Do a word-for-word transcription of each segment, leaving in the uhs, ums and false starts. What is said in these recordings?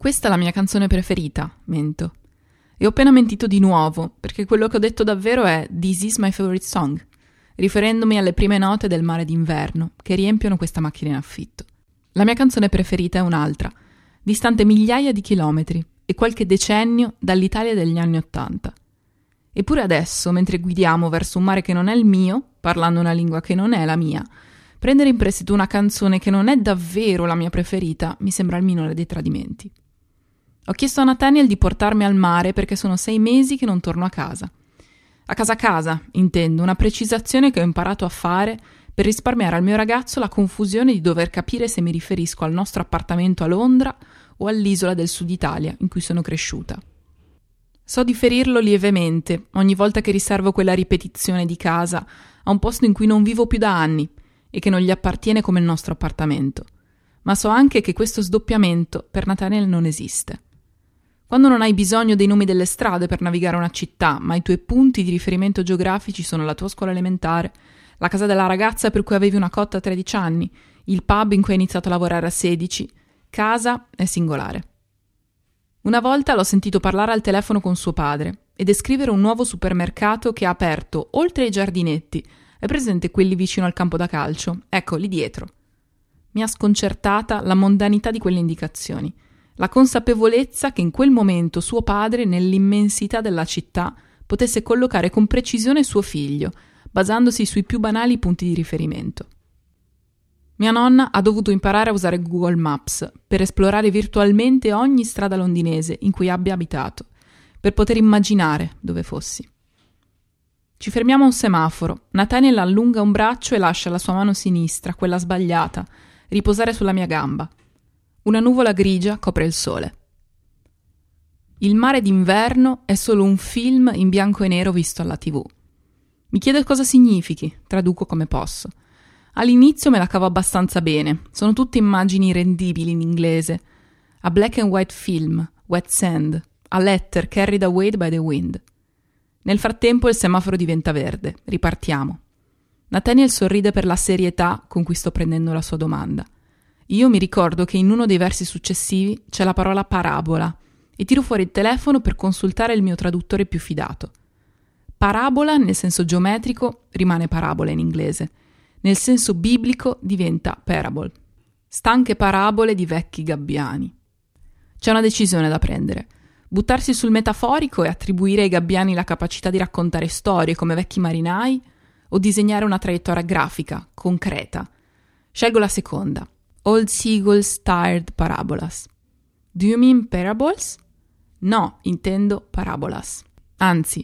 Questa è la mia canzone preferita, mento. E ho appena mentito di nuovo, perché quello che ho detto davvero è This is my favorite song, riferendomi alle prime note del Mare d'inverno, che riempiono questa macchina in affitto. La mia canzone preferita è un'altra, distante migliaia di chilometri e qualche decennio dall'Italia degli anni Ottanta. Eppure adesso, mentre guidiamo verso un mare che non è il mio, parlando una lingua che non è la mia, prendere in prestito una canzone che non è davvero la mia preferita mi sembra il minore dei tradimenti. Ho chiesto a Nathaniel di portarmi al mare perché sono sei mesi che non torno a casa. A casa a casa, intendo, una precisazione che ho imparato a fare per risparmiare al mio ragazzo la confusione di dover capire se mi riferisco al nostro appartamento a Londra o all'isola del Sud Italia in cui sono cresciuta. So di ferirlo lievemente ogni volta che riservo quella ripetizione di casa a un posto in cui non vivo più da anni e che non gli appartiene come il nostro appartamento, ma so anche che questo sdoppiamento per Nathaniel non esiste. Quando non hai bisogno dei nomi delle strade per navigare una città, ma i tuoi punti di riferimento geografici sono la tua scuola elementare, la casa della ragazza per cui avevi una cotta a tredici anni, il pub in cui hai iniziato a lavorare a sedici, casa è singolare. Una volta l'ho sentito parlare al telefono con suo padre e descrivere un nuovo supermercato che ha aperto oltre ai giardinetti. È presente quelli vicino al campo da calcio? Ecco, lì dietro. Mi ha sconcertata la mondanità di quelle indicazioni. La consapevolezza che in quel momento suo padre, nell'immensità della città, potesse collocare con precisione suo figlio, basandosi sui più banali punti di riferimento. Mia nonna ha dovuto imparare a usare Google Maps per esplorare virtualmente ogni strada londinese in cui abbia abitato, per poter immaginare dove fossi. Ci fermiamo a un semaforo. Nathaniel allunga un braccio e lascia la sua mano sinistra, quella sbagliata, riposare sulla mia gamba. Una nuvola grigia copre il sole. Il mare d'inverno è solo un film in bianco e nero visto alla tivù. Mi chiedo cosa significhi, traduco come posso. All'inizio me la cavo abbastanza bene, sono tutte immagini rendibili in inglese. A black and white film, wet sand, a letter carried away by the wind. Nel frattempo il semaforo diventa verde, ripartiamo. Nathaniel sorride per la serietà con cui sto prendendo la sua domanda. Io mi ricordo che in uno dei versi successivi c'è la parola parabola e tiro fuori il telefono per consultare il mio traduttore più fidato. Parabola nel senso geometrico rimane parabola in inglese, nel senso biblico diventa parable. Stanche parabole di vecchi gabbiani. C'è una decisione da prendere. Buttarsi sul metaforico e attribuire ai gabbiani la capacità di raccontare storie come vecchi marinai o disegnare una traiettoria grafica, concreta. Scelgo la seconda. Old Seagulls Tired Parabolas. Do you mean parables? No, intendo parabolas. Anzi,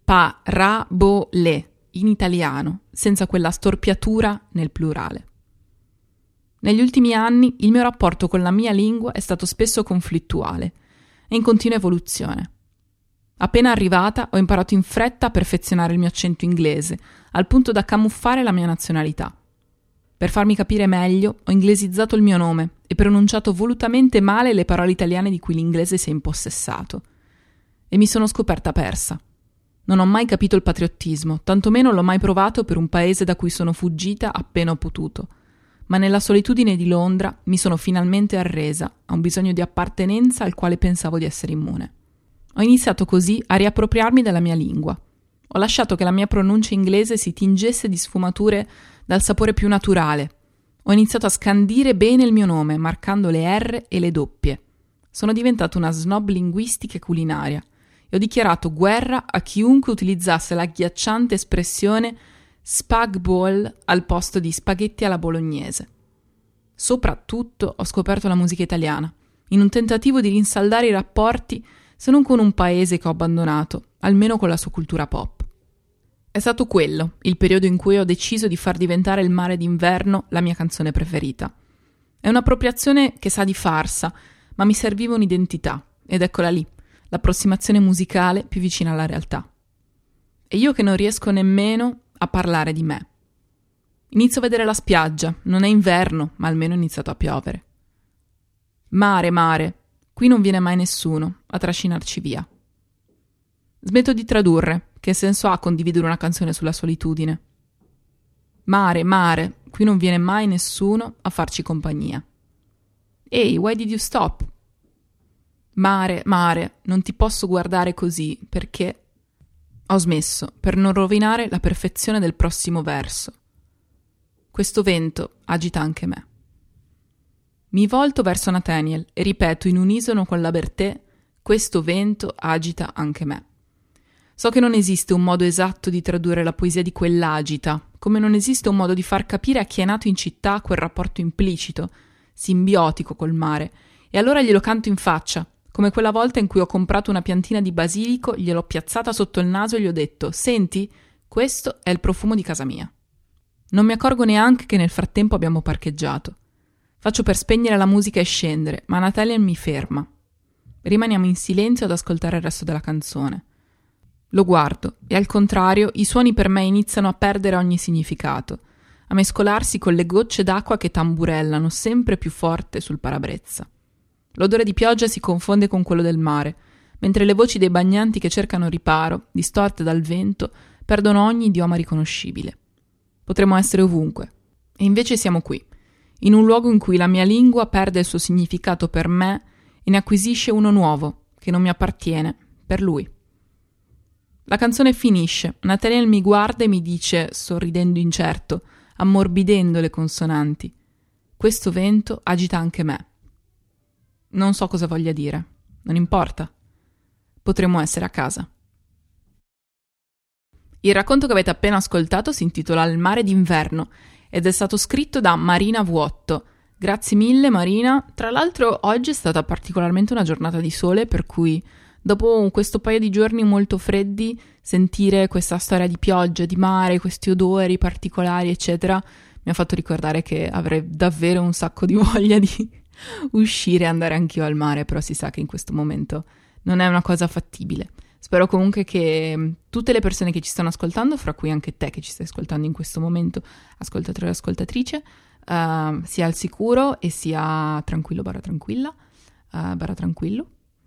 parabole in italiano, senza quella storpiatura nel plurale. Negli ultimi anni il mio rapporto con la mia lingua è stato spesso conflittuale e in continua evoluzione. Appena arrivata ho imparato in fretta a perfezionare il mio accento inglese, al punto da camuffare la mia nazionalità. Per farmi capire meglio, ho inglesizzato il mio nome e pronunciato volutamente male le parole italiane di cui l'inglese si è impossessato. E mi sono scoperta persa. Non ho mai capito il patriottismo, tantomeno l'ho mai provato per un paese da cui sono fuggita appena ho potuto. Ma nella solitudine di Londra mi sono finalmente arresa a un bisogno di appartenenza al quale pensavo di essere immune. Ho iniziato così a riappropriarmi della mia lingua. Ho lasciato che la mia pronuncia inglese si tingesse di sfumature dal sapore più naturale. Ho iniziato a scandire bene il mio nome, marcando le R e le doppie. Sono diventata una snob linguistica e culinaria e ho dichiarato guerra a chiunque utilizzasse l'agghiacciante espressione spag bol al posto di spaghetti alla bolognese. Soprattutto ho scoperto la musica italiana, in un tentativo di rinsaldare i rapporti, se non con un paese che ho abbandonato, almeno con la sua cultura pop. È stato quello il periodo in cui ho deciso di far diventare il mare d'inverno la mia canzone preferita. È un'appropriazione che sa di farsa, ma mi serviva un'identità, ed eccola lì, l'approssimazione musicale più vicina alla realtà. E io che non riesco nemmeno a parlare di me. Inizio a vedere la spiaggia, non è inverno, ma almeno è iniziato a piovere. Mare, mare, qui non viene mai nessuno a trascinarci via. Smetto di tradurre, che senso ha condividere una canzone sulla solitudine? Mare, mare, qui non viene mai nessuno a farci compagnia. Ehi, why did you stop? Mare, mare, non ti posso guardare così, perché... Ho smesso, per non rovinare la perfezione del prossimo verso. Questo vento agita anche me. Mi volto verso Nathaniel e ripeto in unisono con la Bertè: questo vento agita anche me. So che non esiste un modo esatto di tradurre la poesia di quell'agita, come non esiste un modo di far capire a chi è nato in città quel rapporto implicito, simbiotico col mare, e allora glielo canto in faccia, come quella volta in cui ho comprato una piantina di basilico, gliel'ho piazzata sotto il naso e gli ho detto: senti, questo è il profumo di casa mia. Non mi accorgo neanche che nel frattempo abbiamo parcheggiato. Faccio per spegnere la musica e scendere, ma Nathaniel mi ferma. Rimaniamo in silenzio ad ascoltare il resto della canzone. Lo guardo e al contrario i suoni per me iniziano a perdere ogni significato, a mescolarsi con le gocce d'acqua che tamburellano sempre più forte sul parabrezza. L'odore di pioggia si confonde con quello del mare, mentre le voci dei bagnanti che cercano riparo, distorte dal vento, perdono ogni idioma riconoscibile. Potremmo essere ovunque, e invece siamo qui, in un luogo in cui la mia lingua perde il suo significato per me e ne acquisisce uno nuovo, che non mi appartiene, per lui. La canzone finisce, Nathaniel mi guarda e mi dice, sorridendo incerto, ammorbidendo le consonanti: questo vento agita anche me. Non so cosa voglia dire, non importa. Potremmo essere a casa. Il racconto che avete appena ascoltato si intitola Il mare d'inverno ed è stato scritto da Marina Vuotto. Grazie mille Marina. Tra l'altro oggi è stata particolarmente una giornata di sole, per cui dopo questo paio di giorni molto freddi, sentire questa storia di pioggia, di mare, questi odori particolari eccetera, mi ha fatto ricordare che avrei davvero un sacco di voglia di uscire e andare anch'io al mare, però si sa che in questo momento non è una cosa fattibile. Spero comunque che tutte le persone che ci stanno ascoltando, fra cui anche te che ci stai ascoltando in questo momento, ascoltatore e ascoltatrice, uh, sia al sicuro e sia tranquillo barra tranquilla, uh, barra tranquillo.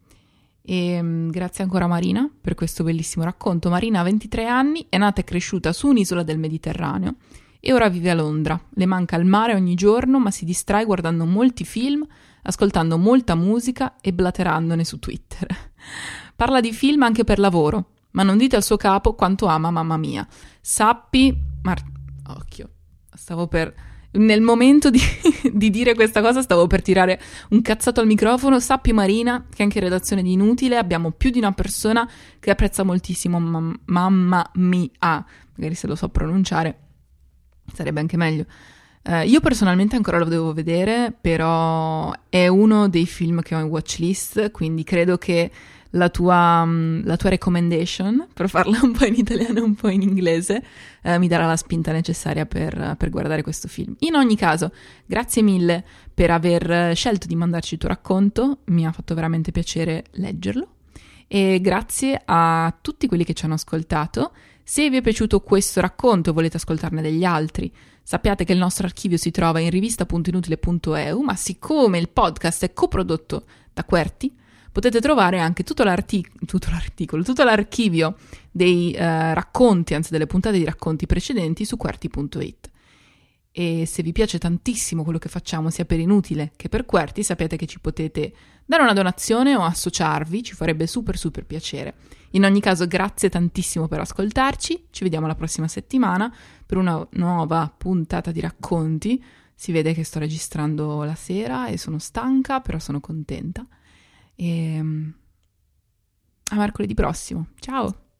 E um, grazie ancora Marina per questo bellissimo racconto. Marina ha ventitré anni, è nata e cresciuta su un'isola del Mediterraneo e ora vive a Londra. Le manca il mare ogni giorno, ma si distrae guardando molti film, ascoltando molta musica e blaterandone su Twitter. Parla di film anche per lavoro, ma non dite al suo capo quanto ama Mamma Mia. Sappi... Mar... Occhio, stavo per... Nel momento di, di dire questa cosa stavo per tirare un cazzato al microfono. Sappi Marina che anche in redazione di Inutile abbiamo più di una persona che apprezza moltissimo mam- Mamma Mia. Magari se lo so pronunciare sarebbe anche meglio. Uh, io personalmente ancora lo devo vedere, però è uno dei film che ho in watchlist, quindi credo che la tua, um, la tua recommendation, per farla un po' in italiano e un po' in inglese, uh, mi darà la spinta necessaria per, per guardare questo film. In ogni caso, grazie mille per aver scelto di mandarci il tuo racconto, mi ha fatto veramente piacere leggerlo, e grazie a tutti quelli che ci hanno ascoltato. Se vi è piaciuto questo racconto e volete ascoltarne degli altri, sappiate che il nostro archivio si trova in rivista punto inutile punto e u, ma siccome il podcast è coprodotto da Qwerty, potete trovare anche tutto, l'artic- tutto l'articolo, tutto l'archivio dei uh, racconti, anzi delle puntate di racconti precedenti su Qwerty punto it. E se vi piace tantissimo quello che facciamo, sia per Inutile che per Qwerty, sapete che ci potete dare una donazione o associarvi, ci farebbe super super piacere. In ogni caso, grazie tantissimo per ascoltarci, ci vediamo la prossima settimana per una nuova puntata di racconti. Si vede che sto registrando la sera e sono stanca, però sono contenta. E a mercoledì prossimo, ciao!